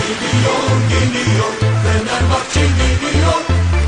Geliyor, geliyor, Fenerbahçe geliyor.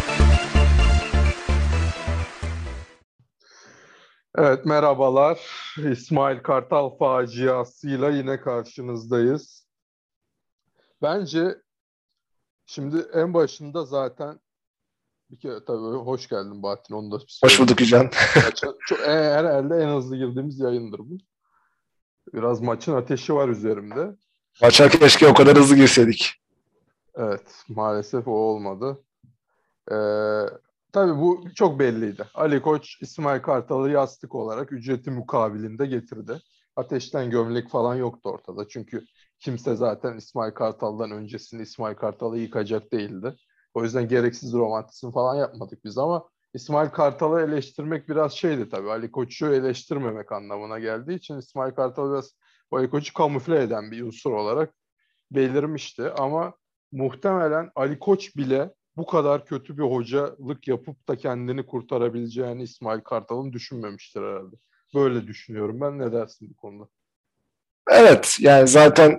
Evet, merhabalar. İsmail Kartal faciasıyla yine karşınızdayız. Bence şimdi en başında zaten bir kere tabii hoş geldin Bahattin, onu da bir Hoş söyleyeyim. bulduk Hücan. Herhalde en hızlı girdiğimiz yayındır bu. Biraz maçın ateşi var üzerimde. Maça keşke o kadar hızlı girseydik. Evet, maalesef o olmadı. Tabii bu çok belliydi. Ali Koç, İsmail Kartal'ı yastık olarak ücreti mukabilinde getirdi. Ateşten gömlek falan yoktu ortada. Çünkü kimse zaten İsmail Kartal'dan öncesinde İsmail Kartal'ı yıkacak değildi. O yüzden gereksiz romantizm falan yapmadık biz ama İsmail Kartal'ı eleştirmek biraz şeydi tabii. Ali Koç'u eleştirmemek anlamına geldiği için İsmail Kartal biraz Ali Koç'u kamufle eden bir unsur olarak belirmişti. Ama muhtemelen Ali Koç bile bu kadar kötü bir hocalık yapıp da kendini kurtarabileceğini İsmail Kartal'ın düşünmemiştir herhalde. Böyle düşünüyorum ben. Ne dersin bu konuda? Evet, yani zaten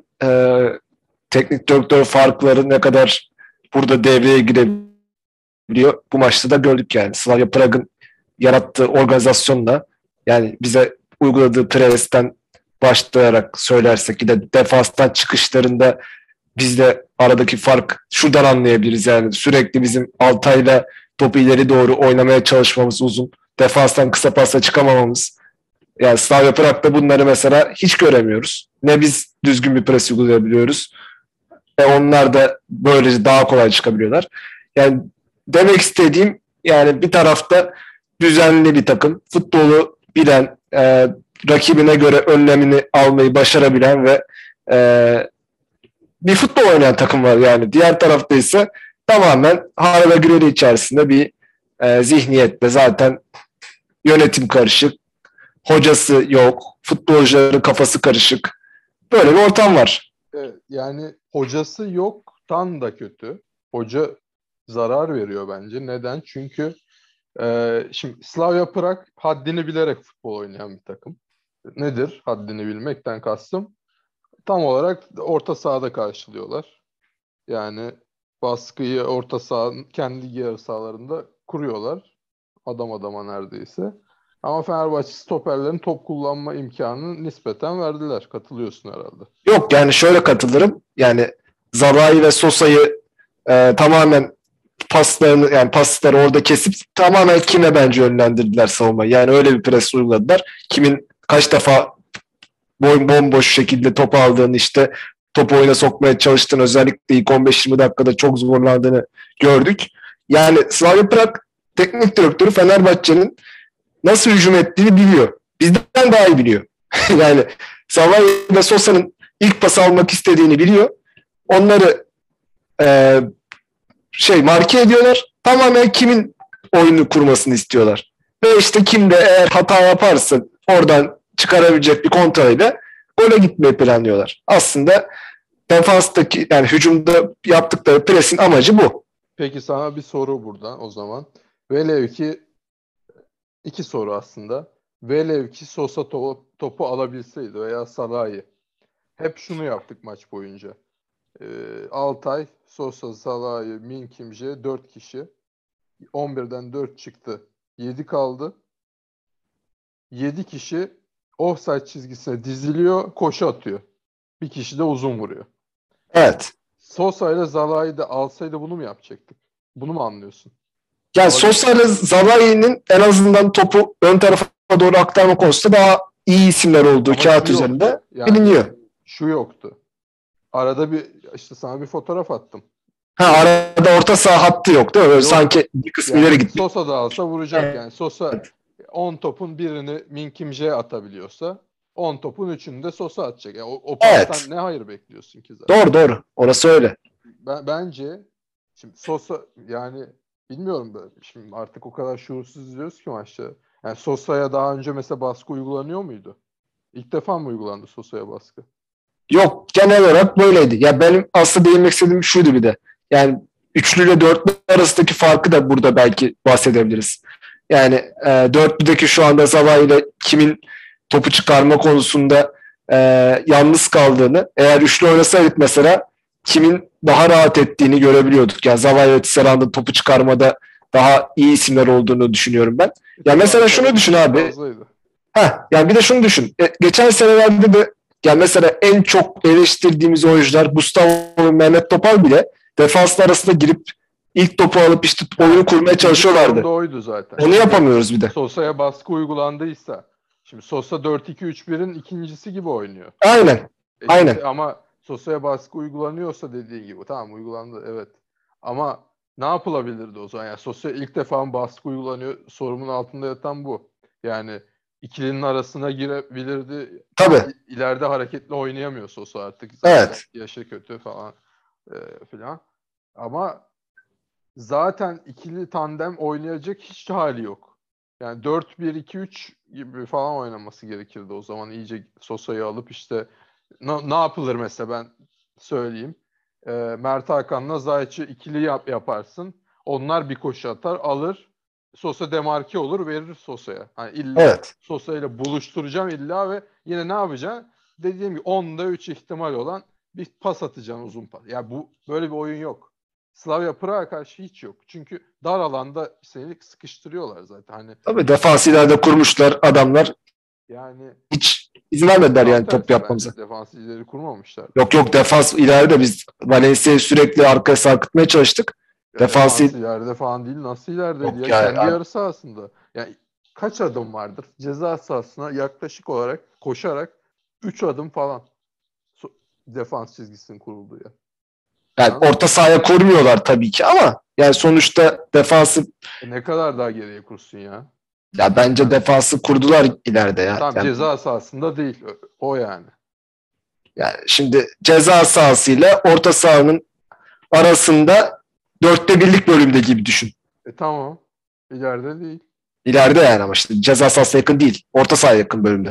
teknik direktör farkları ne kadar burada devreye girebiliyor. Bu maçta da gördük yani. Slavia Prag'ın yarattığı organizasyonla, yani bize uyguladığı presten başlayarak söylersek, ki de defanstan çıkışlarında bizde aradaki fark şuradan anlayabiliriz yani. Sürekli bizim Altay'la topu ileri doğru oynamaya çalışmamız, uzun defanstan kısa pasla çıkamamamız. Yani Slavia Prag'da bunları mesela hiç göremiyoruz. Ne biz düzgün bir pres uygulayabiliyoruz. Onlar da böylece daha kolay çıkabiliyorlar. Yani demek istediğim, yani bir tarafta düzenli bir takım, futbolu bilen, rakibine göre önlemini almayı başarabilen ve e, bir futbol oynayan takım var yani. Diğer tarafta ise tamamen harala güreli içerisinde bir zihniyetle, zaten yönetim karışık, hocası yok, futbolcuların kafası karışık. Böyle bir ortam var. Evet, yani hocası yoktan da kötü. Hoca zarar veriyor bence. Neden? Çünkü şimdi Slavia Prag haddini bilerek futbol oynayan bir takım. Nedir haddini bilmekten kastım? Tam olarak orta sahada karşılıyorlar. Yani baskıyı orta sahanın kendi yarı sahalarında kuruyorlar. Adam adama neredeyse. Ama Fenerbahçe stoperlerin top kullanma imkanını nispeten verdiler. Katılıyorsun herhalde. Yok, yani şöyle katılırım. Yani Zalai ve Sosa'yı tamamen paslarını, yani pasları orada kesip tamamen kime bence yönlendirdiler savunmayı. Yani öyle bir pres uyguladılar. Kimin kaç defa bomboş şekilde top aldığını, işte topu oyuna sokmaya çalıştığını, özellikle ilk 15-20 dakikada çok zorlandığını gördük. Yani Slavia Prag teknik direktörü Fenerbahçe'nin nasıl hücum ettiğini biliyor. Bizden daha iyi biliyor. Yani Savay ve Sosa'nın ilk pas almak istediğini biliyor. Onları e, marke ediyorlar. Tamamen kimin oyunu kurmasını istiyorlar. Ve işte kim de eğer hata yaparsa oradan çıkarabilecek bir kontrayla gole gitmeyi planlıyorlar. Aslında defanstaki, yani hücumda yaptıkları presin amacı bu. Peki sana bir soru buradan o zaman. Velev ki iki soru aslında. Velev ki Sosa topu alabilseydi veya Salah'ı. Hep şunu yaptık maç boyunca. Altay, Sosa, Salah'ı, Min Kim-jae 4 kişi. 11'den 4 çıktı. 7 kaldı. 7 kişi offside çizgisine diziliyor, koşu atıyor. Bir kişi de uzun vuruyor. Evet. Sosa ile Zalai'yi de alsaydı bunu mu yapacaktık? Bunu mu anlıyorsun? Yani Sosa ile Zalai'nin en azından topu ön tarafa doğru aktarma konusunda daha iyi isimler olduğu Ama kağıt şu üzerinde yoktu. Yani biliniyor. şu yoktu. Arada işte sana bir fotoğraf attım. Arada orta saha hattı yok değil mi? Böyle Yok. sanki bir kısmı Yani ileri gitmiş. Sosa da alsa vuracak yani. Sosa 10 topun birini Min Kim-jae atabiliyorsa 10 topun 3'ünü de Sosa atacak. Yani o pastan Evet. ne hayır bekliyorsun ki zaten? Doğru. Orası öyle. Bence şimdi Sosa yani bilmiyorum da şimdi artık o kadar şuursuz izliyoruz ki maçta. Yani Sosa'ya daha önce mesela baskı uygulanıyor muydu? İlk defa mı uygulandı Sosa'ya baskı? Yok, genel olarak böyleydi. Ya benim aslında değinmek istediğim şuydu bir de. Yani üçlü ile dörtlü arasındaki farkı da burada belki bahsedebiliriz. Yani dörtlüdeki şu anda Zalai ile kimin topu çıkarma konusunda yalnız kaldığını, eğer üçlü oynasaydık mesela kimin daha rahat ettiğini görebiliyorduk. Yani Zavai ve Tisserand'ın topu çıkarmada daha iyi isimler olduğunu düşünüyorum ben. Ya mesela şunu düşün abi. Fazlaydı. Yani bir de şunu düşün. Geçen senelerde de yani mesela en çok eleştirdiğimiz oyuncular Gustavo ve Mehmet Topal bile defansın arasında girip ilk topu alıp işte oyunu kurmaya çalışıyorlardı. İkinci oydu zaten. Onu yapamıyoruz bir de. Sosa'ya baskı uygulandıysa. Şimdi Sosa 4-2-3-1'in ikincisi gibi oynuyor. Aynen. Aynen. İşte ama Sosa'ya baskı uygulanıyorsa dediği gibi. Tamam uygulandı evet. Ama ne yapılabilirdi o zaman? Yani Sosa'ya ilk defa baskı uygulanıyor. Sorumun altında yatan bu. Yani ikilinin arasına girebilirdi. Tabii. İleride hareketli oynayamıyor Sosa artık. Zaten Evet. yaşı kötü falan filan. Ama zaten ikili tandem oynayacak hiç hali yok. Yani 4-1-2-3 gibi falan oynaması gerekirdi o zaman. İyice Sosa'yı alıp işte ne yapılır mesela ben söyleyeyim. Mert Hakan'la Zayç'ı ikili yaparsın. Onlar bir koşu atar, alır. Sosa demarke olur, verir Sosa'ya. Hani illa Evet. Sosa ile buluşturacağım illa ve yine ne yapacaksın? Dediğim gibi 10'da 3 ihtimal olan bir pas atacaksın uzun pas. Ya bu böyle bir oyun yok. Slavia Prag'a karşı hiç yok. Çünkü dar alanda seni sıkıştırıyorlar zaten. Hani Tabii defans ileride kurmuşlar adamlar. yani Hiç izin vermediler tam yani top tersi yapmamıza. bence defans ileri kurmamışlar. Yok defans ileride biz Valencia'yı sürekli arkaya sarkıtmaya çalıştık. Defans Defansı ileride falan değil. Nasıl ilerideydi yok ya? ya. Kendi yarı sahasında. Yani kaç adım vardır? Ceza sahasına yaklaşık olarak koşarak 3 adım falan defans çizgisinin kurulduğu ya. Yani Anladın mı? orta sahaya kurmuyorlar tabii ki ama yani sonuçta defansı Ne kadar daha geriye kursun ya? ya bence defansı kurdular ileride ya. Tam Yani, ceza sahasında değil. O yani. yani şimdi ceza sahasıyla orta sahanın arasında 1/4 bölümde gibi düşün. Tamam. İleride değil. İleride yani ama işte ceza sahasına yakın değil. Orta sahaya yakın bölümde.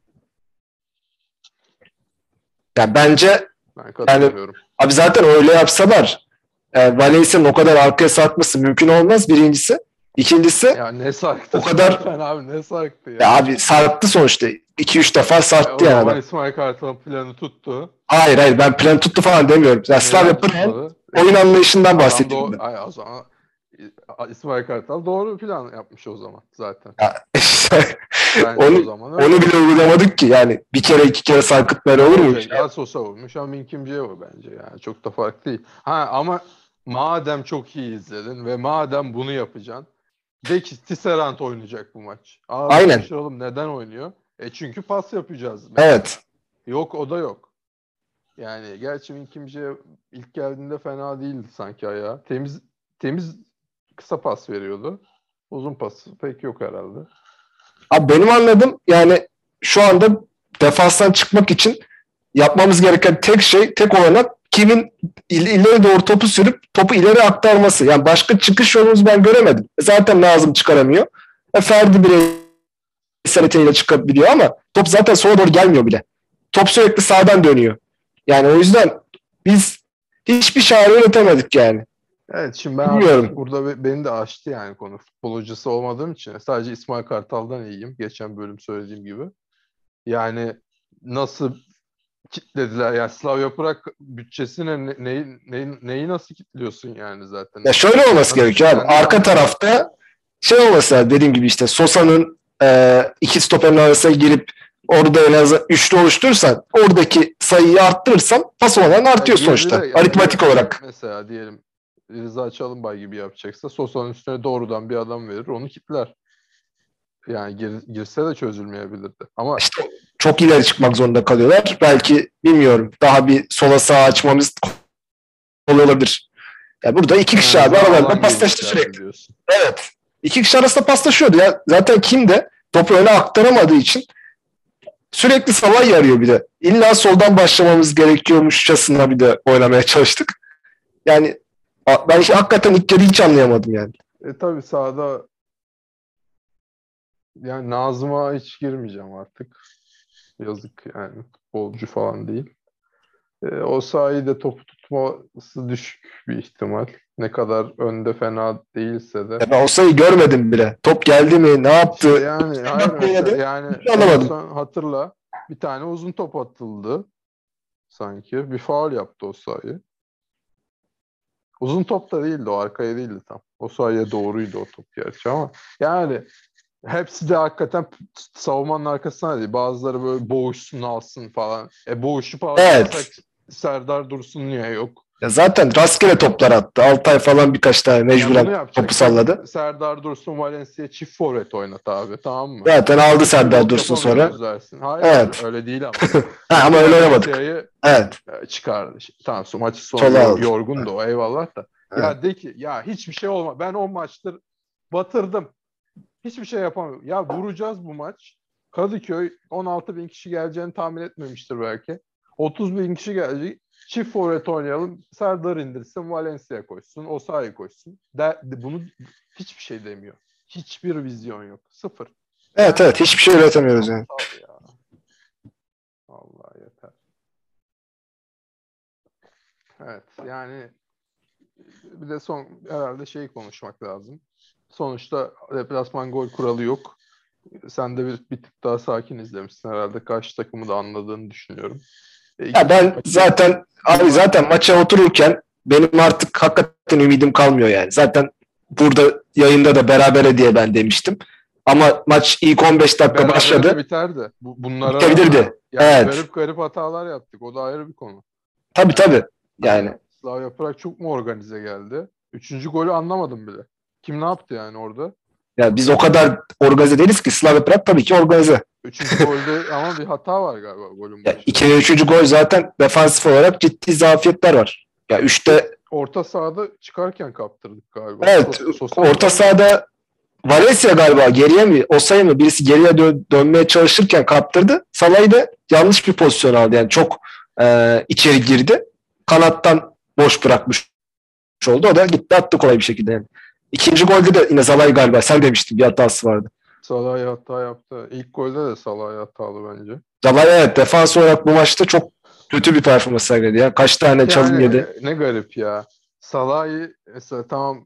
Yani bence Ben yani katılmıyorum. abi zaten öyle yapsalar Valencia'nın o kadar arkaya sarkması mümkün olmaz birincisi. İkincisi Ya ne sarktı o kadar zaten abi ne sarktı ya. ya abi sarktı sonuçta. 2-3 defa sarktı O yani zaman adam. İsmail Kartal planı tuttu. Hayır ben plan tuttu falan demiyorum. Ya Slavia Neden Prag'ın tutmadı? oyun anlayışından Adam bahsediyorum doğru. ben. Ay, o zaman İsmail Kartal doğru plan yapmış o zaman zaten. Ya, işte, Bence o zaman öyle. onu bile uygulamadık ki. Yani bir kere iki kere sarkıtmayla olur mu? Olacak. Ya Sosa vurmuş ama Min Kim Jae o bence yani. Çok da fark değil. Ha ama madem çok iyi izledin ve madem bunu yapacaksın de ki Tisserand oynayacak bu maç. Ağzını Aynen. şaşıralım neden oynuyor? Çünkü pas yapacağız. Evet. Yok o da yok. Yani gerçi Min Kim Jae ilk geldiğinde fena değildi sanki ayağı. Temiz kısa pas veriyordu. Uzun pası pek yok herhalde. Abi benim anladığım yani şu anda defanstan çıkmak için yapmamız gereken tek olanak kimin ileri doğru topu sürüp topu ileri aktarması. Yani başka çıkış yolumuzu ben göremedim. Zaten Nazım çıkaramıyor. Ferdi bireysel yeteneğiyle çıkabiliyor ama top zaten sola doğru gelmiyor bile. Top sürekli sağdan dönüyor. Yani o yüzden biz hiçbir şair üretemedik yani. Evet şimdi ben Bilmiyorum. artık burada beni de aştı yani konu. Futbol hocası olmadığım için sadece İsmail Kartal'dan iyiyim. Geçen bölüm söylediğim gibi. Yani nasıl kitlediler? Yani Slavia Prag bütçesine neyi nasıl kitliyorsun yani zaten? Ya şöyle olması gerekiyor abi. Arka tarafta olması lazım. Dediğim gibi işte Sosa'nın iki stoperin arasına girip orada en az üçlü oluşturursan oradaki sayıyı arttırırsan pas oranı artıyor sonuçta. Aritmatik olarak. Mesela diyelim Rıza Çalınbay gibi yapacaksa Sosa'nın üstüne doğrudan bir adam verir. Onu kitler. Yani girse de çözülmeyebilirdi. Ama İşte çok ileri çıkmak zorunda kalıyorlar. Belki bilmiyorum. Daha bir sola sağa açmamız kolay olabilir. Yani burada iki kişi abi aralarında paslaştı sürekli. Diyorsun. Evet. İki kişi arasında paslaşıyordu ya. Zaten kim de topu öne aktaramadığı için sürekli Savay arıyor bir de. İlla soldan başlamamız gerekiyormuşçasına bir de oynamaya çalıştık. Yani ben hakikaten ilk yarı hiç anlayamadım yani. Tabii sahada yani Nazım'a hiç girmeyeceğim artık. Yazık yani futbolcu falan değil. O sayede topu tutması düşük bir ihtimal. Ne kadar önde fena değilse de. Ya ben o sayıyı görmedim bile. Top geldi mi? Ne yaptı? İşte yani hayır mesela yani anlamadım. son hatırla bir tane uzun top atıldı sanki. Bir faul yaptı o sayı. Uzun top da değildi, o arkaya değildi tam. O sahaya doğruydu o top gerçi ama yani hepsi de hakikaten savunmanın arkasına değil. Bazıları böyle boğuşsun alsın falan. Boğuşup alacaksak Evet. Serdar Dursun niye yok? Ya zaten rastgele toplar attı. Altay falan birkaç tane Ya bunu mecburen topu yapacaksan salladı. Serdar Dursun Valencia çift forvet oynat abi, tamam mı? Zaten aldı Serdar Pivot Dursun sonra. yapamıyoruz dersin. Hayır Evet. öyle değil ama. Ha, ama Gitti öyle oynamadık. Valencia'yı Evet. çıkardı. Tamam, maçı sonu Sola aldı. yorgundu o, eyvallah da. Evet. Ya de ki ya hiçbir şey olma. Ben 10 maçtır batırdım. Hiçbir şey yapamıyorum. Ya vuracağız bu maç. Kadıköy 16 bin kişi geleceğini tahmin etmemiştir belki. 30 bin kişi gelecek. Çift forvet oynayalım. Serdar indirsin, Valencia koşsun, Osayi koşsun. Bunu hiçbir şey demiyor. Hiçbir vizyon yok. Sıfır. Evet, evet. Hiçbir şey üretemiyoruz yani. Aptal ya. Vallahi yeter. Evet yani bir de son herhalde şeyi konuşmak lazım. Sonuçta deplasman gol kuralı yok. Sen de bir tık daha sakin izlemişsin herhalde. Karşı takımı da anladığını düşünüyorum. Ya ben zaten abi zaten maça otururken benim artık hakikaten ümidim kalmıyor yani. Zaten burada yayında da berabere diye ben demiştim. Ama maç ilk 15 dakika berabere başladı. de biterdi. Bunlara Bitebilirdi. rağmen yani Evet. garip hatalar yaptık. O da ayrı bir konu. Tabii. Yani Slavia Prag çok mu organize geldi? Üçüncü golü anlamadım bile. Kim ne yaptı yani orada? ya biz o kadar organize değiliz ki. Slavia Prag tabii ki organize. Üçüncü golde ama bir hata var galiba golün Ya başında. 2 ve 3. gol zaten defansif olarak ciddi zafiyetler var. Ya 3'te Orta sahada çıkarken kaptırdık galiba. evet, Sosa orta sahada Valencia galiba geriye mi? Osayi mi? Birisi geriye dönmeye çalışırken kaptırdı. Salah'ı da yanlış bir pozisyon aldı. Yani çok içeri girdi. Kanattan boş bırakmış oldu. O da gitti attı kolay bir şekilde. Yani. İkinci golde de yine Salah'ı galiba sen demiştin bir hatası vardı. Salah hata yaptı. İlk golde de Salah hatalı bence. Salah evet defans olarak bu maçta çok kötü bir performans sergiledi. Ya. Kaç tane çalım Yani yedi. ne garip ya. Salah'ı mesela tamam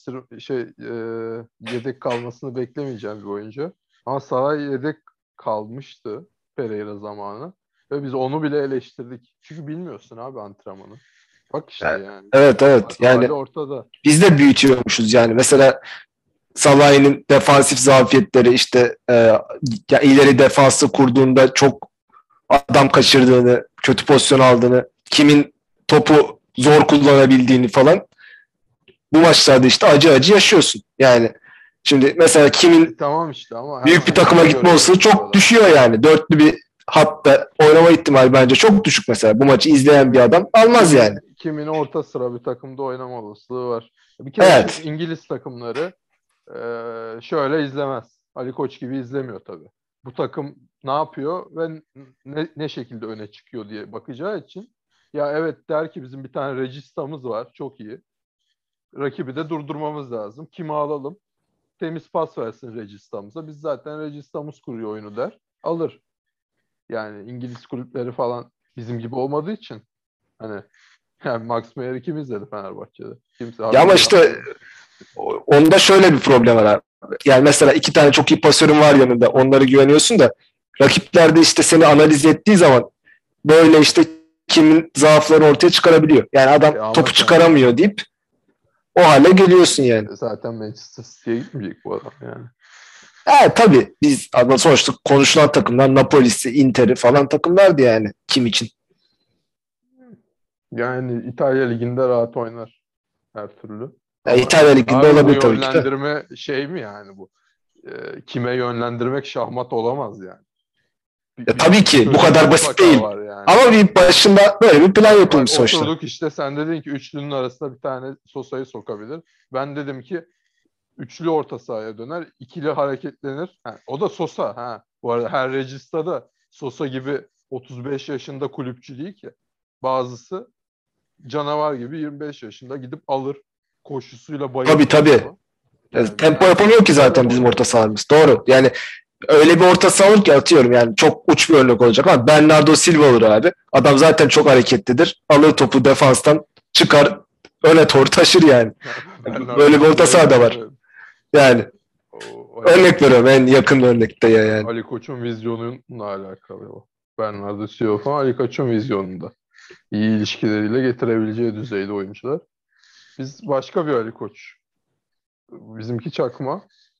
yedek kalmasını beklemeyeceğim bir oyuncu. Ama Salah yedek kalmıştı Pereira zamanı. Ve biz onu bile eleştirdik. Çünkü bilmiyorsun abi antrenmanı. Bak işte yani. Evet. Yani Hali ortada. biz de büyütüyormuşuz yani. Mesela Salah'ın defansif zafiyetleri işte ya ileri defansı kurduğunda çok adam kaçırdığını, kötü pozisyon aldığını, kimin topu zor kullanabildiğini falan bu maçlarda işte acı yaşıyorsun. Yani şimdi mesela kimin Tamam işte ama her büyük bir maç takıma bunu gitme olasılığı görüyoruz bu çok arada. düşüyor yani. Dörtlü bir hatta oynama ihtimali bence çok düşük mesela. Bu maçı izleyen bir adam almaz yani. Kimin orta sıra bir takımda oynama olasılığı var. Bir kere Evet. şimdi İngiliz takımları şöyle izlemez. Ali Koç gibi izlemiyor tabii. Bu takım ne yapıyor ve ne şekilde öne çıkıyor diye bakacağı için ya evet der ki bizim bir tane regista'mız var çok iyi. Rakibi de durdurmamız lazım. Kimi alalım? Temiz pas versin regista'mıza. Biz zaten regista'mız kuruyor oyunu der. Alır. Yani İngiliz kulüpleri falan bizim gibi olmadığı için hani yani Max Meyer'i kim izledi Fenerbahçe'de? Kimse Ya ama haberi işte yok. onda şöyle bir problem var abi. Yani mesela iki tane çok iyi pasörün var yanında. Onları güveniyorsun da rakiplerde işte seni analiz ettiği zaman böyle işte kimin zaaflarını ortaya çıkarabiliyor. Yani adam Ama topu sen çıkaramıyor deyip o hale geliyorsun yani. zaten Manchester City'ye gitmeyecek bu adam yani. Evet tabii biz ama sonuçta konuşulan takımlar Napoli'si, Inter'i falan takımlardı yani kim için. Yani İtalya Ligi'nde rahat oynar her türlü. Ya Ama İtalya Ligi'nde abi bu olabilir tabii ki de. yönlendirme şey mi yani bu? Kime yönlendirmek şahmat olamaz yani. Ya tabii ki bu Çözümü kadar basit mutlaka değil. var yani. Ama bir başında böyle bir plan yapılmış Bak sonuçta. oturduk işte sen dedin ki üçlünün arasında bir tane Sosa'yı sokabilir. Ben dedim ki üçlü orta sahaya döner, ikili hareketlenir. Ha, o da Sosa. Ha. Bu arada her registada Sosa gibi 35 yaşında kulüpçü değil ki. Bazısı canavar gibi 25 yaşında gidip alır. Koşusuyla Tabii bayıltır tabii. topu. Yani Tempo yapamıyor ki böyle mi zaten bizim oynar? orta sahamız. Doğru. Yani öyle bir orta saha olur ki atıyorum yani çok uç bir örnek olacak ama Bernardo Silva olur abi. Adam zaten çok hareketlidir. Alır topu defanstan çıkar öne doğru taşır yani. Bernardo Böyle bir orta Silva'yı saha da var. beğenmiyorum. Yani O örnek veriyorum en yakın örnekte ya yani. Ali Koç'un vizyonuyla alakalı o. Bernardo Silva falan Ali Koç'un vizyonunda. İyi ilişkileriyle getirebileceği düzeyde oyuncular. Biz başka bir Ali Koç. Bizimki çakma.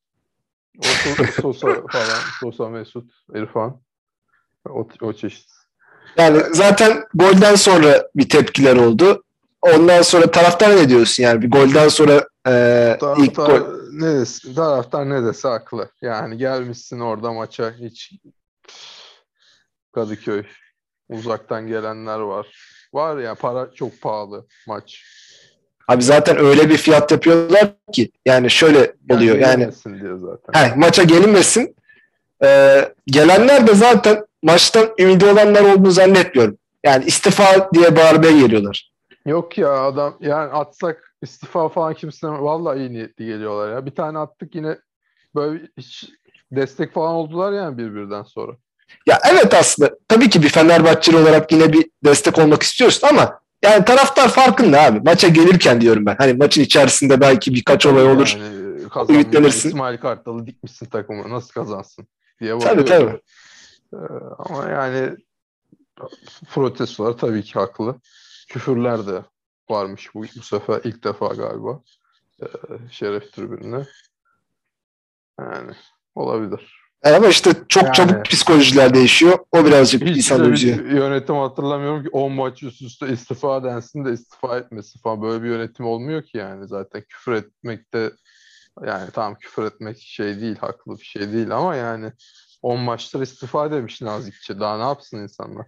Sosa falan. Sosa, Mesut, İrfan. O çeşit. Yani zaten golden sonra bir tepkiler oldu. Ondan sonra taraftar ne diyorsun yani? Bir golden sonra ilk Taraftar gol. taraftar ne dese haklı. Yani gelmişsin orada maça hiç Kadıköy uzaktan gelenler var. Var ya para çok pahalı maç. Abi zaten öyle bir fiyat yapıyorlar ki yani şöyle oluyor yani Gelinmesin diye zaten. maça gelinmesin. Gelenler de zaten maçtan ümidi olanlar olduğunu zannetmiyorum. Yani istifa diye bağırmaya geliyorlar. Yok ya adam yani atsak istifa falan kimse vallahi iyi niyetli geliyorlar ya. Bir tane attık yine böyle hiç destek falan oldular yani birbirinden sonra. Ya evet aslında tabii ki bir Fenerbahçeli olarak yine bir destek olmak istiyoruz ama yani taraftar farkında abi. Maça gelirken diyorum ben. Hani maçın içerisinde belki birkaç olay Tabii olur. yani kazanmışsın Ümitlenirsin. İsmail Kartal'ı dikmişsin takımı nasıl kazansın diye Tabii bakıyorsun. tabii. Ee, Ama yani protestolar tabii ki haklı. Küfürler de varmış bu sefer ilk defa galiba ee, şeref tribününe. Yani olabilir. Ama işte çok çabuk Yani psikolojiler değişiyor. O birazcık hiç insanı de üzüyor. bir yönetim hatırlamıyorum ki 10 maç üst üste istifa densin de istifa etmesin falan. Böyle bir yönetim olmuyor ki yani zaten küfür etmekte yani tamam küfür etmek şey değil, haklı bir şey değil ama yani 10 maçtır istifa demiş nazikçe. Daha ne yapsın insanlar?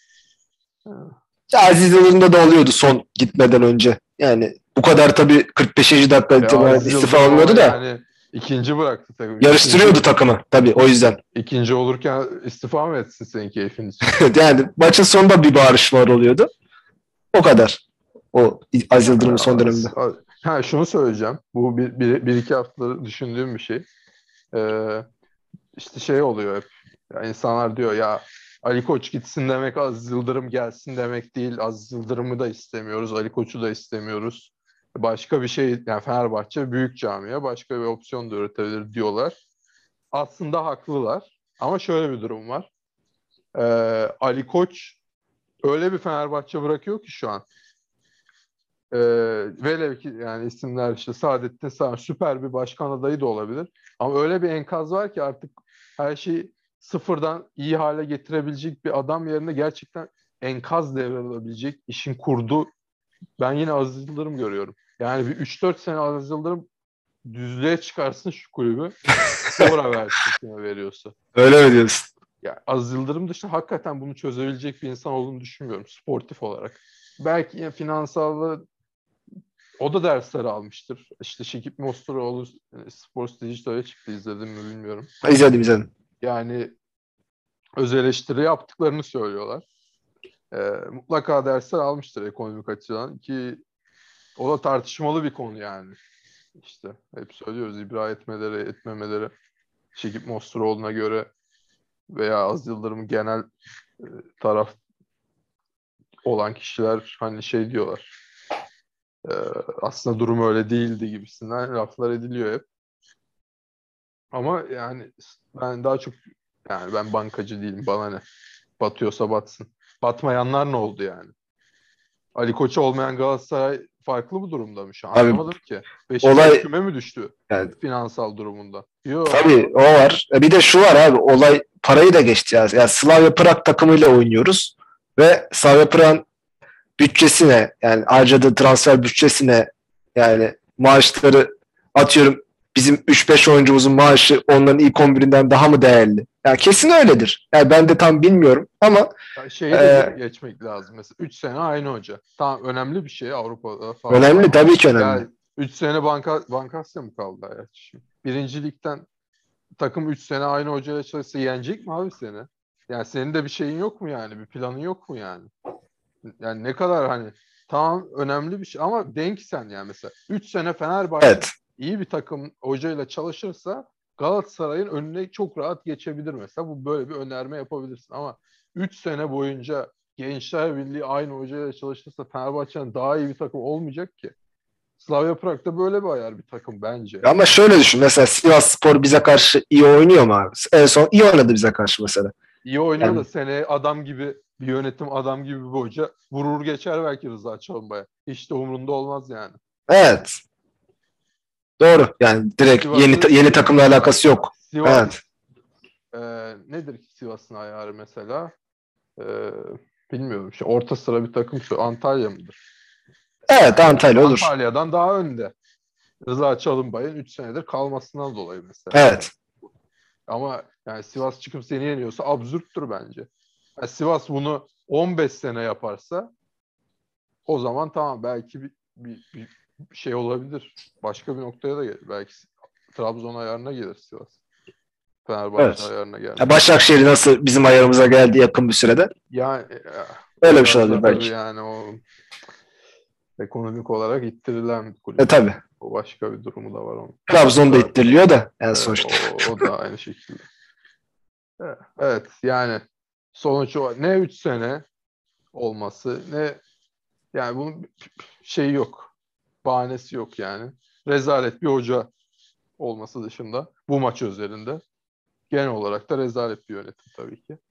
Ya Aziz Yıldırım'da da oluyordu son gitmeden önce. Yani bu kadar tabii 45. dakika itibaren Aziz istifa Yıldırım ama olmuyordu da yani ikinci bıraktı takım. yarıştırıyordu takımı tabii o yüzden. İkinci olurken istifa mı etsin senin keyfin için? Yani maçın sonunda bir bağırışmalar oluyordu. O kadar. O Aziz Yıldırım'ın son döneminde. Şunu söyleyeceğim. Bu bir iki haftadır düşündüğüm bir şey. Ee, işte şey oluyor hep. Ya insanlar diyor ya Ali Koç gitsin demek Aziz Yıldırım gelsin demek değil. Aziz Yıldırım'ı da istemiyoruz. Ali Koç'u da istemiyoruz. Başka bir şey yani Fenerbahçe büyük camia başka bir opsiyon da üretebilir diyorlar. Aslında haklılar. Ama şöyle bir durum var. Ali Koç öyle bir Fenerbahçe bırakıyor ki şu an. Ee, Velev ki yani isimler işte Saadettin Saran süper bir başkan adayı da olabilir. Ama öyle bir enkaz var ki artık her şeyi sıfırdan iyi hale getirebilecek bir adam yerine gerçekten enkaz devralabilecek işin kurdu. Ben yine Aziz Yıldırım görüyorum. Yani bir 3-4 sene Aziz Yıldırım düzlüğe çıkarsın şu kulübü. Sonra versin kime veriyorsa. Öyle mi diyorsun? Ya Aziz Yıldırım dışında hakikaten bunu çözebilecek bir insan olduğunu düşünmüyorum sportif olarak. Belki finansallı o da dersler almıştır. İşte Şekip Mosturoğlu Sports Digital'e çıktı izledim mi bilmiyorum. İzledim. Yani öz eleştiri yaptıklarını söylüyorlar. Mutlaka dersler almıştır ekonomik açıdan ki o da tartışmalı bir konu yani. İşte hep söylüyoruz ibra etmeleri, etmemeleri Şekip Mosturoğlu'na göre veya Az Yıldırım'ın genel e, taraf olan kişiler hani şey diyorlar. E, Aslında durum öyle değildi gibisinden laflar ediliyor hep. Ama yani ben daha çok yani ben bankacı değilim bana ne. Batıyorsa batsın. Batmayanlar ne oldu yani? Ali Koç olmayan Galatasaray farklı bu durumda mı şu an? Abi Anlamadım ki. Beşiktaş olay küme mi düştü yani finansal durumunda? Yok. tabii o var. Bir de şu var abi olay parayı da geçti ya. Yani Slavia Prag takımıyla oynuyoruz ve Slavia Prag'ın bütçesine yani harcadığı transfer bütçesine yani maaşları atıyorum bizim 3-5 oyuncumuzun maaşı onların ilk 11'inden daha mı değerli? Yani kesin öyledir. Yani ben de tam bilmiyorum ama Yani şeyi de e, geçmek lazım. Mesela 3 sene aynı hoca. Tamam önemli bir şey Avrupa'da falan önemli ama tabii ki önemli. yani 3 sene Bankasya mı kaldı hayat şimdi? Birinci ligden takım 3 sene aynı hocayla çalışsa yenecek mi abi seni? Yani senin de bir şeyin yok mu yani? Bir planın yok mu yani? Yani ne kadar hani tamam önemli bir şey ama denk sen yani mesela 3 sene Fenerbahçe Evet. iyi bir takım hocayla çalışırsa Galatasaray'ın önüne çok rahat geçebilir mesela. Bu böyle bir önerme yapabilirsin ama 3 sene boyunca Gençler Birliği aynı hocayla çalışırsa Fenerbahçe'nin daha iyi bir takım olmayacak ki. Slavia Prag da böyle bir ayar bir takım bence. Ama şöyle düşün. Mesela Sivasspor bize karşı iyi oynuyor mu abi? En son iyi oynadı bize karşı mesela. İyi oynuyor da Yani seneye adam gibi bir yönetim, adam gibi bir hoca vurur geçer belki Rıza Çalınbay'a. Hiç de umurunda olmaz yani. Evet. Doğru. Yani direkt yeni takımla alakası yok. Sivas, Evet. nedir ki Sivas'ın ayarı mesela? E, bilmiyorum. Orta sıra bir takım Antalya mıdır? Evet, Antalya olur. Antalya'dan daha önde. Rıza Çalınbay'ın 3 senedir kalmasından dolayı mesela. Evet. Ama yani Sivas çıkıp seni yeniyorsa absürttür bence. Yani Sivas bunu 15 sene yaparsa o zaman tamam, belki bir şey olabilir. Başka bir noktaya da gelir. Belki Trabzon ayarına gelir Sivas. Fenerbahçe Evet. ayarına Ya gelmez. Başakşehir nasıl bizim ayarımıza geldi yakın bir sürede. Yani Öyle bir biraz şey da olabilir tabii belki. yani o ekonomik olarak ittirilen bir kulüp. Tabii. O başka bir durumu da var onun. Trabzon'da Evet, ittiriliyor da en sonuçta. o da aynı şekilde. Evet yani sonuç o. Ne 3 sene olması ne, yani bunun şeyi yok. Bahanesi yok yani. Rezalet bir hoca olması dışında bu maç özelinde. Genel olarak da rezalet bir yönetim tabii ki.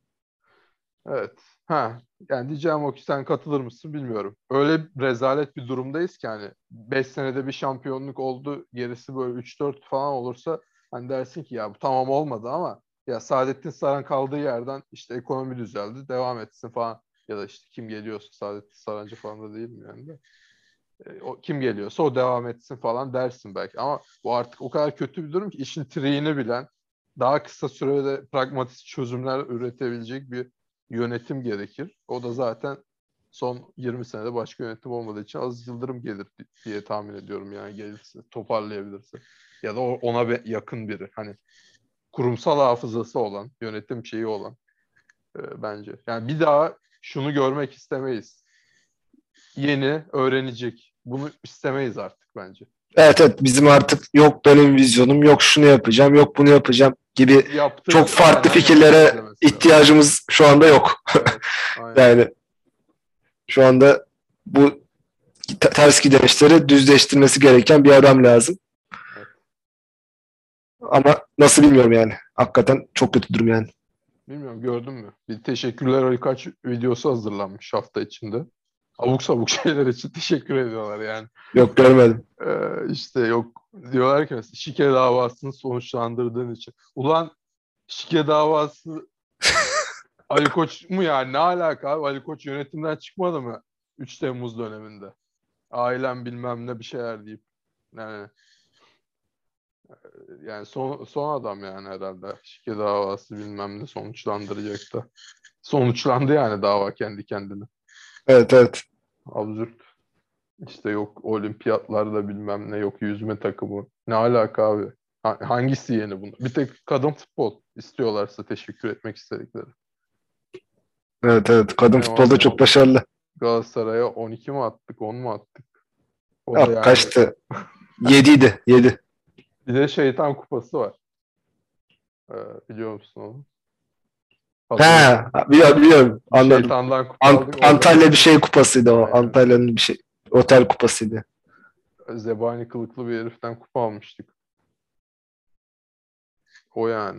Evet. Yani diyeceğim o ki, sen katılır mısın bilmiyorum. Öyle rezalet bir durumdayız ki hani 5 senede bir şampiyonluk oldu. Gerisi böyle 3-4 falan olursa hani dersin ki ya bu tamam olmadı ama ya Saadettin Saran kaldığı yerden işte ekonomi düzeldi, devam etsin falan. Ya da işte kim geliyorsa, Saadettin Sarancı falan da değil mi yani de. O kim geliyorsa o devam etsin falan dersin belki. Ama bu artık o kadar kötü bir durum ki işin triğini bilen, daha kısa sürede pragmatist çözümler üretebilecek bir yönetim gerekir. O da zaten son 20 senede başka yönetim olmadığı için Aziz Yıldırım gelir diye tahmin ediyorum, yani gelirse, toparlayabilirse. Ya da ona yakın biri. Hani kurumsal hafızası olan, yönetim şeyi olan bence. Yani bir daha şunu görmek istemeyiz. Yeni, öğrenecek. Bunu istemeyiz artık bence. Evet, evet, bizim artık yok benim vizyonum, yok şunu yapacağım, yok bunu yapacağım gibi çok farklı Aynen yaptığı fikirlere izlemesi lazım. ihtiyacımız şu anda yok. Evet, aynen. Yani şu anda bu ters giden işleri düzleştirmesi gereken bir adam lazım. Evet. Ama nasıl bilmiyorum yani. Hakikaten çok kötü durum yani. Bilmiyorum, gördün mü? Bir teşekkürler birkaç videosu hazırlanmış hafta içinde. Abuk sabuk şeyler için teşekkür ediyorlar yani. Yok, görmedim. İşte yok, diyorlar ki mesela şike davasını sonuçlandırdığın için. Ulan şike davası Ali Koç mu yani? Ne alaka abi? Ali Koç yönetimden çıkmadı mı 3 Temmuz döneminde? Ailem bilmem ne bir şeyler deyip. Yani son adam yani herhalde. Şike davası bilmem ne sonuçlandıracak da. Sonuçlandı yani dava kendi kendine. Evet, evet. Absürt. İşte yok olimpiyatlarda bilmem ne, yok yüzme takımı. Ne alaka abi? Hangisi yeni bunu? Bir tek kadın futbol istiyorlarsa teşekkür etmek istedikleri. Evet, evet. Kadın Ne futbolda çok başarılı. Galatasaray'a 12 mi attık, 10 mu attık? O da Yok, yani kaçtı? 7'ydi. 7. bir de şeytan kupası var. Biliyor musun onu? Hatırlıyor Ha, musun? biliyorum, biliyorum. Bir Anladım. şeytandan kupa aldık. Orada Antalya bir şey kupasıydı o. aynen. Antalya'nın bir şey. Otel kupasıydı. Zebani kılıklı bir heriften kupa almıştık. O yani.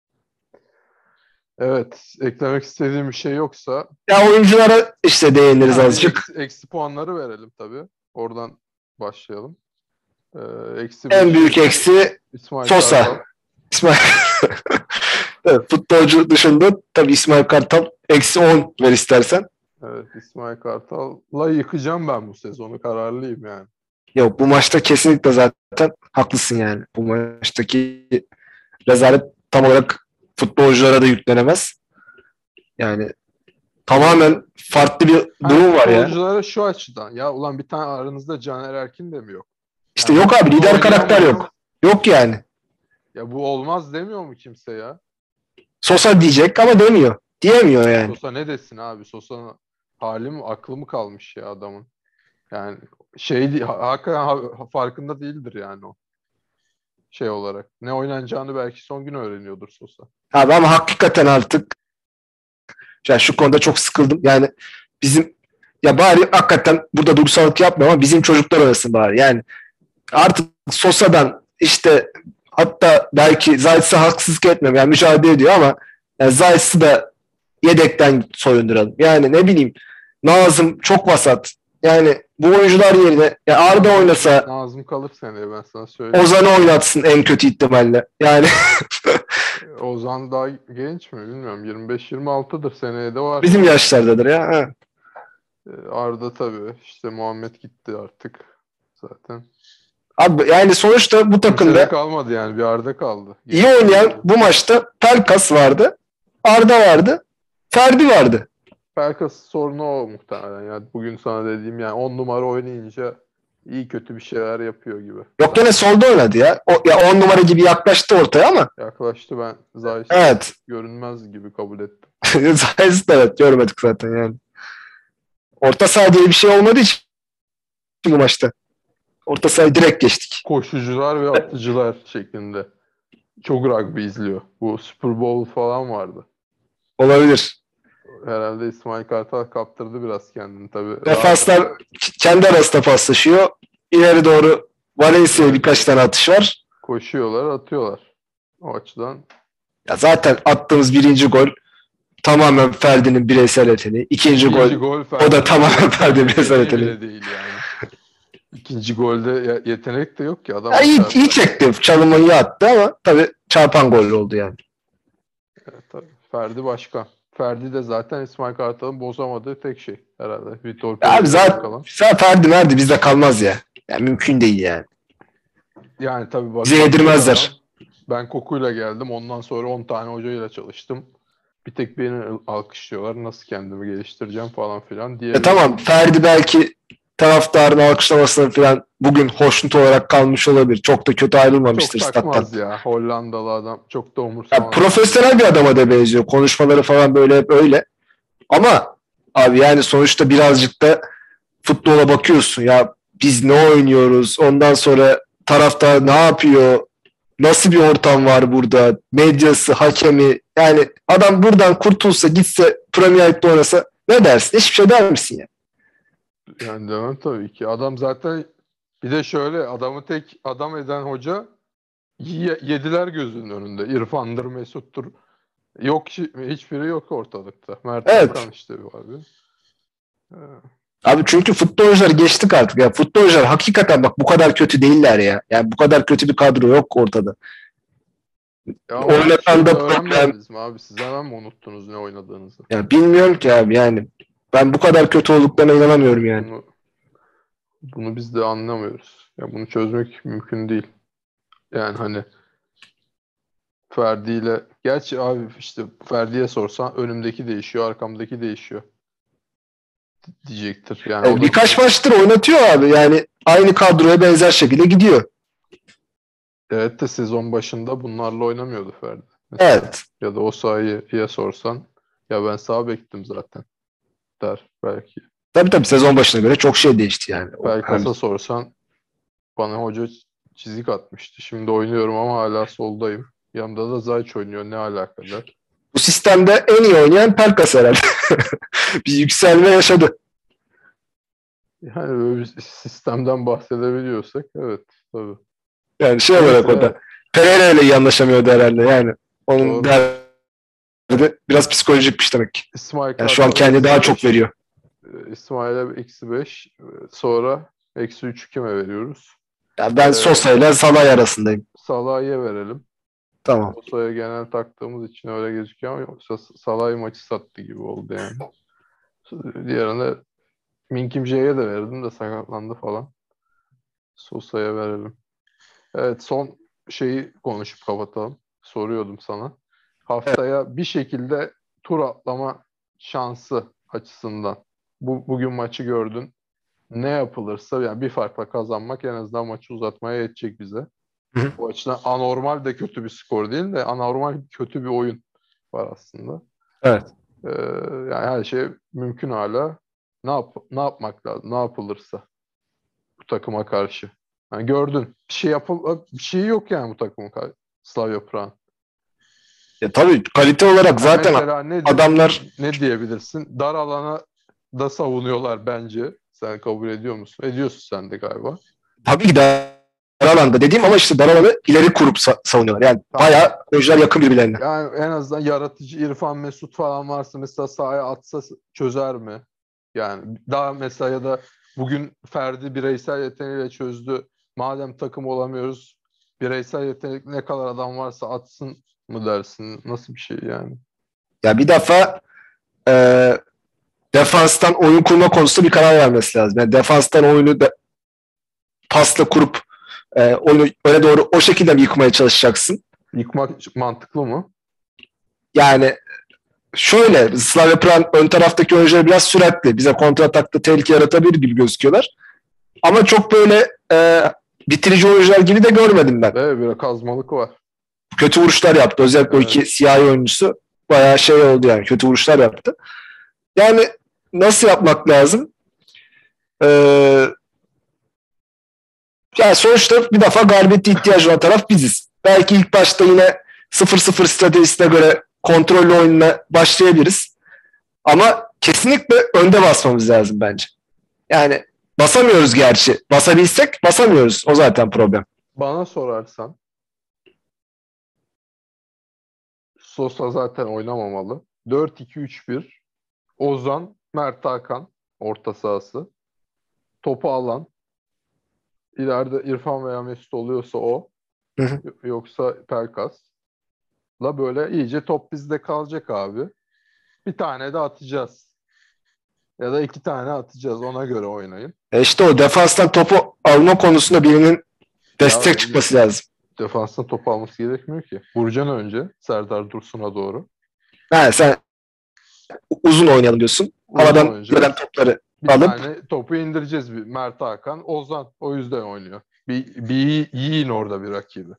Evet. Eklemek istediğim bir şey yoksa Ya oyunculara işte değiniriz bir azıcık. eksi puanları verelim tabii. Oradan başlayalım. Eksi En 5'i büyük eksi İsmail Kartal. Sosa. İsmail evet, futbolcu dışında tabii İsmail Kartal eksi 10 ver istersen. Evet, İsmail Kartal'la yıkacağım ben bu sezonu. Kararlıyım yani. Yok, bu maçta kesinlikle zaten haklısın yani. Bu maçtaki rezalet tam olarak futbolculara da yüklenemez. Yani tamamen farklı bir Hani durum var ya. futbolculara şu açıdan. Ya ulan bir tane aranızda Caner Erkin de mi yok? İşte Yani yok abi, bunu lider karakter oynayamayız. yok. Yok yani. Ya bu olmaz demiyor mu kimse ya? Sosa diyecek ama demiyor. Diyemiyor yani. Sosa ne desin abi? Sosa'nın hali mi, aklı mı kalmış ya adamın? Yani şey hakikaten farkında değildir yani o şey olarak. Ne oynanacağını belki son gün öğreniyordur Sosa. Abi ama hakikaten artık yani şu konuda çok sıkıldım. Yani bizim ya bari hakikaten burada duygusallık yapma ama bizim çocuklar oynasın bari. Yani artık Sosa'dan işte hatta belki Zayt'sı haksızlık etmiyorum. Yani mücadele ediyor ama yani Zayt'sı da yedekten soyunduralım. Yani ne bileyim, Nazım çok vasat. Yani bu oyuncular yerine ya Arda oynasa, Nazım kalır seneye, ben sana söyleyeyim. Ozan'ı oynatsın en kötü ihtimalle. Yani Ozan daha genç mi bilmiyorum. 25-26'dır, seneye de var. bizim yaşlardadır ya. Ha. Arda tabii. İşte Muhammed gitti artık zaten. Abi yani sonuçta bu Kimse de takımda kalmadı yani. Bir Arda kaldı. iyi oynayan bu maçta Pelkas vardı, Arda vardı, Ferdi vardı. Pelkas sorunu o muhtemelen. Yani bugün sana dediğim, yani 10 numara oynayınca iyi kötü bir şeyler yapıyor gibi. Yok gene solda oynadı ya. Ya 10 numara gibi yaklaştı ortaya ama Yaklaştı, ben Zayt'ı evet. görünmez gibi kabul ettim. Zayis de evet görmedik zaten yani. Orta saha diye bir şey olmadığı için bu maçta. Orta sahayı direkt geçtik. Koşucular ve atıcılar şeklinde. Çok rugby izliyor. Bu Super Bowl falan vardı. Olabilir. Herhalde İsmail Kartal kaptırdı biraz kendini tabii. Defanslar kendi arasında paslaşıyor. İleri doğru Valencia'ya birkaç tane atış var. Koşuyorlar, atıyorlar. O açıdan Ya zaten attığımız birinci gol tamamen Ferdi'nin bireysel yeteneği. İkinci gol o da tamamen Ferdi'nin bireysel yeteneği. bile değil yani. İkinci golde yetenek de yok ki adam. Ya iyi çekti. Çalımı iyi attı ama tabii çarpan gol oldu yani. Evet, tabii. Ferdi başka. Ferdi de zaten İsmail Kartal'ın bozamadığı tek şey herhalde. Vitor Abi zaten Ferdi bizde kalmaz ya. Yani mümkün değil yani. Yani tabii bak. Bize yedirmezler. Ben Koku'yla geldim. Ondan sonra 10 tane hocayla çalıştım. Bir tek beni alkışlıyorlar. Nasıl kendimi geliştireceğim falan filan diye. Tamam Ferdi belki taraftarın alkışlamasına falan bugün hoşnut olarak kalmış olabilir. Çok da kötü ayrılmamıştır çok stat'tan. takmaz ya. Hollandalı adam. Çok da umursamaz. Profesyonel bir adama da benziyor. Konuşmaları falan böyle hep öyle. Ama abi yani sonuçta birazcık da futbola bakıyorsun ya, biz ne oynuyoruz? Ondan sonra taraftar ne yapıyor? Nasıl bir ortam var burada? Medyası, hakemi. Yani adam buradan kurtulsa, gitse Premier Lig'de oynasa ne dersin? Hiçbir şey der misin ya? Yani demem tabii ki. Adam zaten, bir de şöyle, adamı tek adam eden hoca yediler gözünün önünde. İrfan'dır, Mesut'tur. Yok, hiçbiri yok ortalıkta. Mert Evet. Hakan işte bir abi. Abi çünkü futbolcuları geçtik artık ya. Futbolcular hakikaten bak bu kadar kötü değiller ya. Yani bu kadar kötü bir kadro yok ortada. Ya Oynatan da problem. öğrenmediniz mi abi? Siz hemen mi unuttunuz ne oynadığınızı? Ya bilmiyorum ki abi yani. Ben bu kadar kötü olduklarına inanamıyorum yani. Bunu biz de anlamıyoruz. Ya bunu çözmek mümkün değil. Yani hani Ferdi ile, gerçi abi işte Ferdi'ye sorsan önümdeki değişiyor, arkamdaki değişiyor diyecektir. Yani o da Birkaç maçtır oynatıyor abi. Yani aynı kadroya benzer şekilde gidiyor. evet de sezon başında bunlarla oynamıyordu Ferdi. Mesela. Evet. Ya da o sahaya sorsan, ya ben sağ bektim zaten der belki. Tabii sezon başına göre çok şey değişti yani. Pelkas'a sorsan, bana hoca çizik atmıştı. Şimdi oynuyorum ama hala soldayım. Yanımda da Zayç oynuyor. Ne alakadar? Bu sistemde en iyi oynayan Pelkas herhalde. Bir yükselme yaşadı. Yani böyle bir sistemden bahsedebiliyorsak evet tabii. Yani şey olarak o da. Pereira ile iyi anlaşamıyordu herhalde yani. Onun derdi biraz psikolojikmiş demek ki. İsmail Yani şu an kendi daha çok veriyor. İsmail'e -5, sonra -3 kime veriyoruz? Yani ben Sosa ile Salah'ı arasındayım. Salah'a verelim. Tamam. Sosa'ya genel taktığımız için öyle gözüküyor ama yoksa Salah'ı maçı sattı gibi oldu yani. Diğerine Minkim J'ye de verdim de sakatlandı falan. Sosa'ya verelim. Evet, son şeyi konuşup kapatalım. Soruyordum sana. Haftaya bir şekilde tur atlama şansı açısından. Bugün maçı gördün. Ne yapılırsa, yani bir farkla kazanmak en azından maçı uzatmaya yetecek bize. Hı. Bu açıdan anormal de kötü bir skor değil de anormal kötü bir oyun var aslında. Evet. Yani her şey mümkün hala. Ne yapmak lazım? Ne yapılırsa bu takıma karşı. Yani gördün. Bir şey yok yani bu takımın Slavia Prag'ın. Tabii kalite olarak zaten adamlar ne diyebilirsin? Dar alana da savunuyorlar bence. Sen kabul ediyor musun? Ediyorsun sen de galiba. Tabii ki dar alanda dediğim ama işte dar alanı ileri kurup savunuyorlar. Yani bayağı oyuncular yakın birbirlerine. Yani en azından yaratıcı İrfan, Mesut falan varsa mesela sahaya atsa çözer mi? Yani daha mesela, ya da bugün Ferdi bireysel yeteneğiyle çözdü. Madem takım olamıyoruz, bireysel yetenek ne kadar adam varsa atsın mı dersin? Nasıl bir şey yani? Ya bir defa e, defanstan oyun kurma konusunda bir karar vermesi lazım. Yani defanstan oyunu pasla kurup oyunu öne doğru o şekilde mi yıkmaya çalışacaksın? Yıkmak mantıklı mı? Yani şöyle, Slavia Prag ön taraftaki oyuncular biraz süratli. Bize kontratakta tehlike yaratabilir gibi gözüküyorlar. Ama çok böyle bitirici oyuncular gibi de görmedim ben. Evet, biraz kazmalık var. Kötü vuruşlar yaptı. Özellikle o Evet. iki siyahi oyuncusu bayağı şey oldu yani. Kötü vuruşlar yaptı. Yani nasıl yapmak lazım? Yani sonuçta bir defa galibiyete ihtiyacı olan taraf biziz. Belki ilk başta yine 0-0 stratejisine göre kontrollü oyunla başlayabiliriz. Ama kesinlikle önde basmamız lazım bence. Yani basamıyoruz gerçi. Basabilsek basamıyoruz. O zaten problem. Bana sorarsan Sosa zaten oynamamalı. 4-2-3-1, Ozan, Mert Hakan orta sahası. Topu alan, ileride İrfan veya Mesut oluyorsa o, Hı hı. yoksa Pelkas'la böyle iyice top bizde kalacak abi. Bir tane de atacağız. Ya da 2 tane atacağız. Ona göre oynayın. İşte o defanstan topu alma konusunda birinin destek Ya çıkması lazım. defansın topu alması gerekmiyor ki. Vuracaksın önce Serdar Dursun'a doğru. Ha, sen uzun oynayalım diyorsun. Uzun Havadan oynayacağız. gelen topları Bir alıp tane topu indireceğiz. Bir Mert Hakan, Ozan. O yüzden oynuyor. Bir yiyin orada bir rakibi.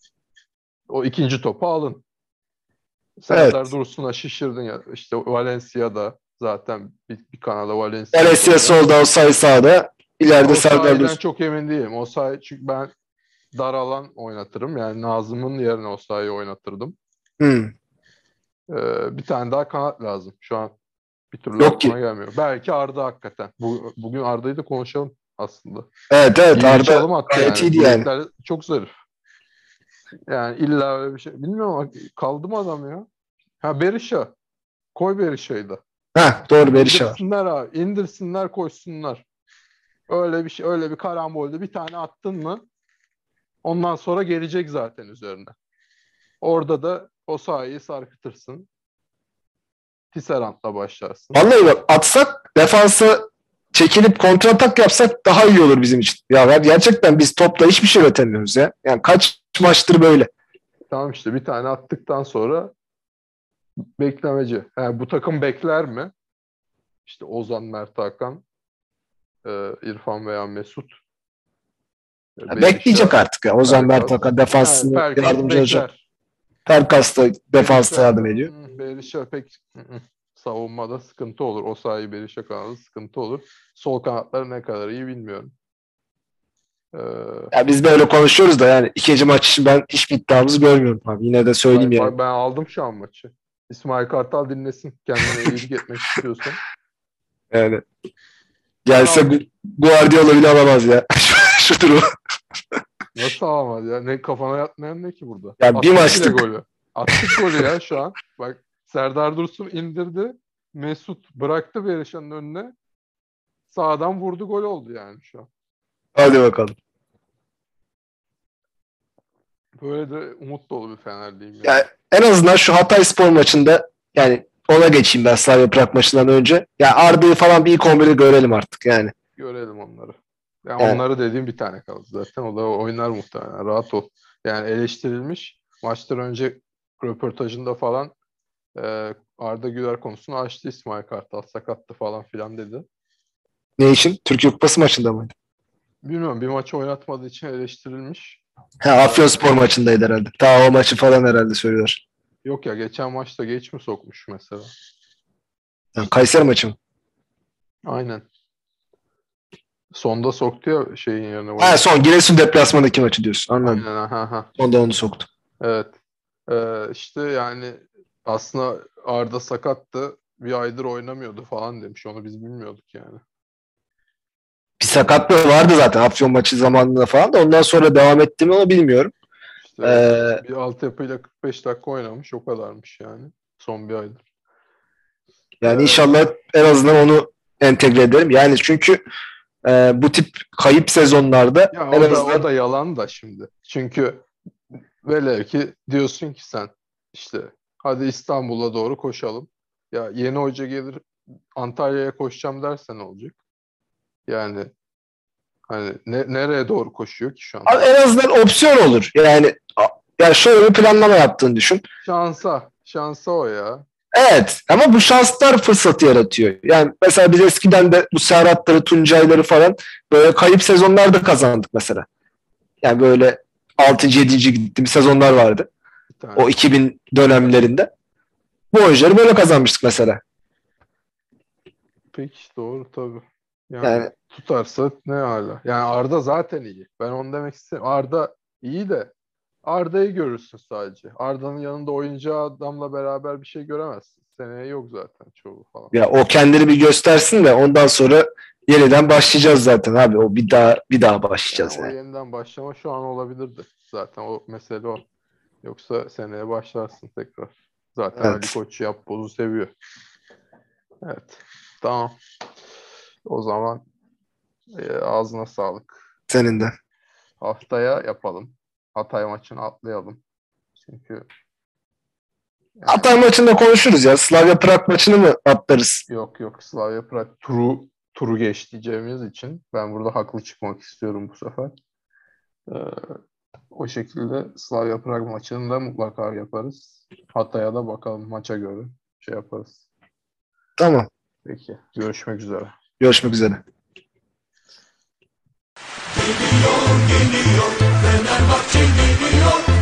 O ikinci topu alın. Serdar evet. Dursun'a şişirdin ya. İşte Valencia'da zaten bir kanada Valencia'da Valencia oynar. solda, Osayi sağda. Ya İleride o Serdar sahiden Dursun. çok emin değilim. O sahi çünkü ben dar alan oynatırım. Yani Nazım'ın yerine o sahayı oynatırdım. Hmm. Bir tane daha kanat lazım. Şu an bir türlü Yok aklıma ki. gelmiyor. Belki Arda hakikaten. Bugün Arda'yı da konuşalım aslında. Evet evet, İyi bir Arda çalım attı gayet yani. iyiydi yani. Bilekler çok zarif. Yani illa öyle bir şey. Bilmiyorum ama kaldı mı adam ya? Ha, Berisha. Koy Berisha'yı da. Heh, doğru, Berisha var. İndirsinler abi. İndirsinler, koşsunlar. Öyle bir şey, öyle bir karambolde bir tane attın mı ondan sonra gelecek zaten üzerine. Orada da o sahayı sarkıtırsın. Tisserant'la başlarsın. Vallahi bak, atsak defansa çekilip kontratak yapsak daha iyi olur bizim için. Ya gerçekten biz topla hiçbir şey üretemiyoruz ya. Yani kaç maçtır böyle. Tamam, işte bir tane attıktan sonra beklemeci. Yani bu takım bekler mi? İşte Ozan, Mert Hakan, İrfan veya Mesut. Bekleyecek Berisha, artık ya. Ozan Mert Pelkas. Hakan Yani defansını Pelkas yardımcı olacak. bekler. Pelkas da defansta Berisha, yardım ediyor. Berisha pek savunmada sıkıntı olur. O sahayı Berisha kanadı sıkıntı olur. Sol kanatları ne kadar iyi bilmiyorum. Ee, Ya biz böyle konuşuyoruz da yani ikinci maç için ben hiçbir iddiamızı görmüyorum abi. Yine de söyleyeyim yani. ben aldım şu an maçı. İsmail Kartal dinlesin. Kendine iyilik etmek istiyorsan. Yani gelse aldım. Guardiola bile alamaz ya. Şu durum. Nasıl alamaz ya? Ne kafana yatmayan ne ki burada? Ya bir Attık bile maçlık golü. Attık golü ya şu an. Bak, Serdar Dursun indirdi. Mesut bıraktı Berisha'nın önüne. Sağdan vurdu, gol oldu yani şu an. hadi bakalım. Böyle de umut dolu bir Fenerliyim yani. Yani en azından şu Hatayspor maçında yani ona geçeyim ben Slavia Prag maçından önce. Ya Arda'yı falan bir ilk 11'de görelim artık yani. Görelim onları. Yani Yani onları dediğim bir tane kaldı zaten. O da oynar muhtemelen. Rahat ol. Yani eleştirilmiş. Maçtan önce röportajında falan Arda Güler konusunu açtı İsmail Kartal. Sakattı falan filan dedi. ne için? Türkiye Kupası maçında mıydı? Bilmiyorum, bir maçı oynatmadığı için eleştirilmiş. Ha, Afyonspor maçındaydı herhalde. Ta o maçı falan herhalde söylüyorlar. Yok ya, geçen maçta geç mi sokmuş mesela? Yani Kayseri maçı mı? Aynen. Sonda soktu ya şeyin yerine. Ha, son Giresun deplasmanındaki maçı diyorsun. Anladım. Aynen, ha. Sonda onu soktu. Evet. İşte yani aslında Arda sakattı. Bir aydır oynamıyordu falan demiş. Onu biz bilmiyorduk yani. Bir sakatlığı vardı zaten Afyon maçı zamanında falan da ondan sonra devam etti mi onu bilmiyorum. İşte Ee, bir altyapıyla 45 dakika oynamış. O kadarmış yani. Son bir aydır. Yani Ee, inşallah en azından onu entegre ederim. Yani çünkü bu tip kayıp sezonlarda Ya en o azından da yalan da şimdi. Çünkü velev ki diyorsun ki sen işte hadi İstanbul'a doğru koşalım. Ya yeni hoca gelir Antalya'ya koşacağım dersen ne olacak? Yani hani nereye doğru koşuyor ki şu an? en azından opsiyon olur. Yani şöyle bir planlama yaptığını düşün. Şansa o ya. Evet ama bu şanslar fırsatı yaratıyor. Yani mesela biz eskiden de bu Serhatları, Tuncayları falan böyle kayıp sezonlarda kazandık mesela. Yani böyle 6. 7. gittiğimiz sezonlar vardı. Bir tane. O 2000 dönemlerinde. Bu oyuncuları böyle kazanmıştık mesela. Peki doğru tabii. Yani Yani tutarsa ne hala. Yani Arda zaten iyi. Ben onu demek istemiyorum. Arda iyi de Arda'yı görürsün sadece. Arda'nın yanında oynayacağı adamla beraber bir şey göremezsin. Seneye yok zaten çoğu falan. ya o kendini bir göstersin de ondan sonra yeniden başlayacağız zaten abi. O bir daha başlayacağız Yani o yani. yeniden başlama şu an olabilirdi. Zaten o mesele o. Yoksa seneye başlarsın tekrar. Zaten Ali Evet. Koç yapbozu seviyor. Evet. Tamam. O zaman ağzına sağlık. Senin de. Haftaya yapalım. Hatay maçını atlayalım. Çünkü Hatay maçında konuşuruz ya. Slavia Prag maçını mı atlarız? yok Slavia Prag turu geçtiğimiz için ben burada haklı çıkmak istiyorum bu sefer. Ee, O şekilde Slavia Prag maçını da mutlaka yaparız. Hatay'a da bakalım maça göre şey yaparız. Tamam. Peki. Görüşmek üzere. Görüşmek üzere. Geliyor, Fenerbahçe geliyor.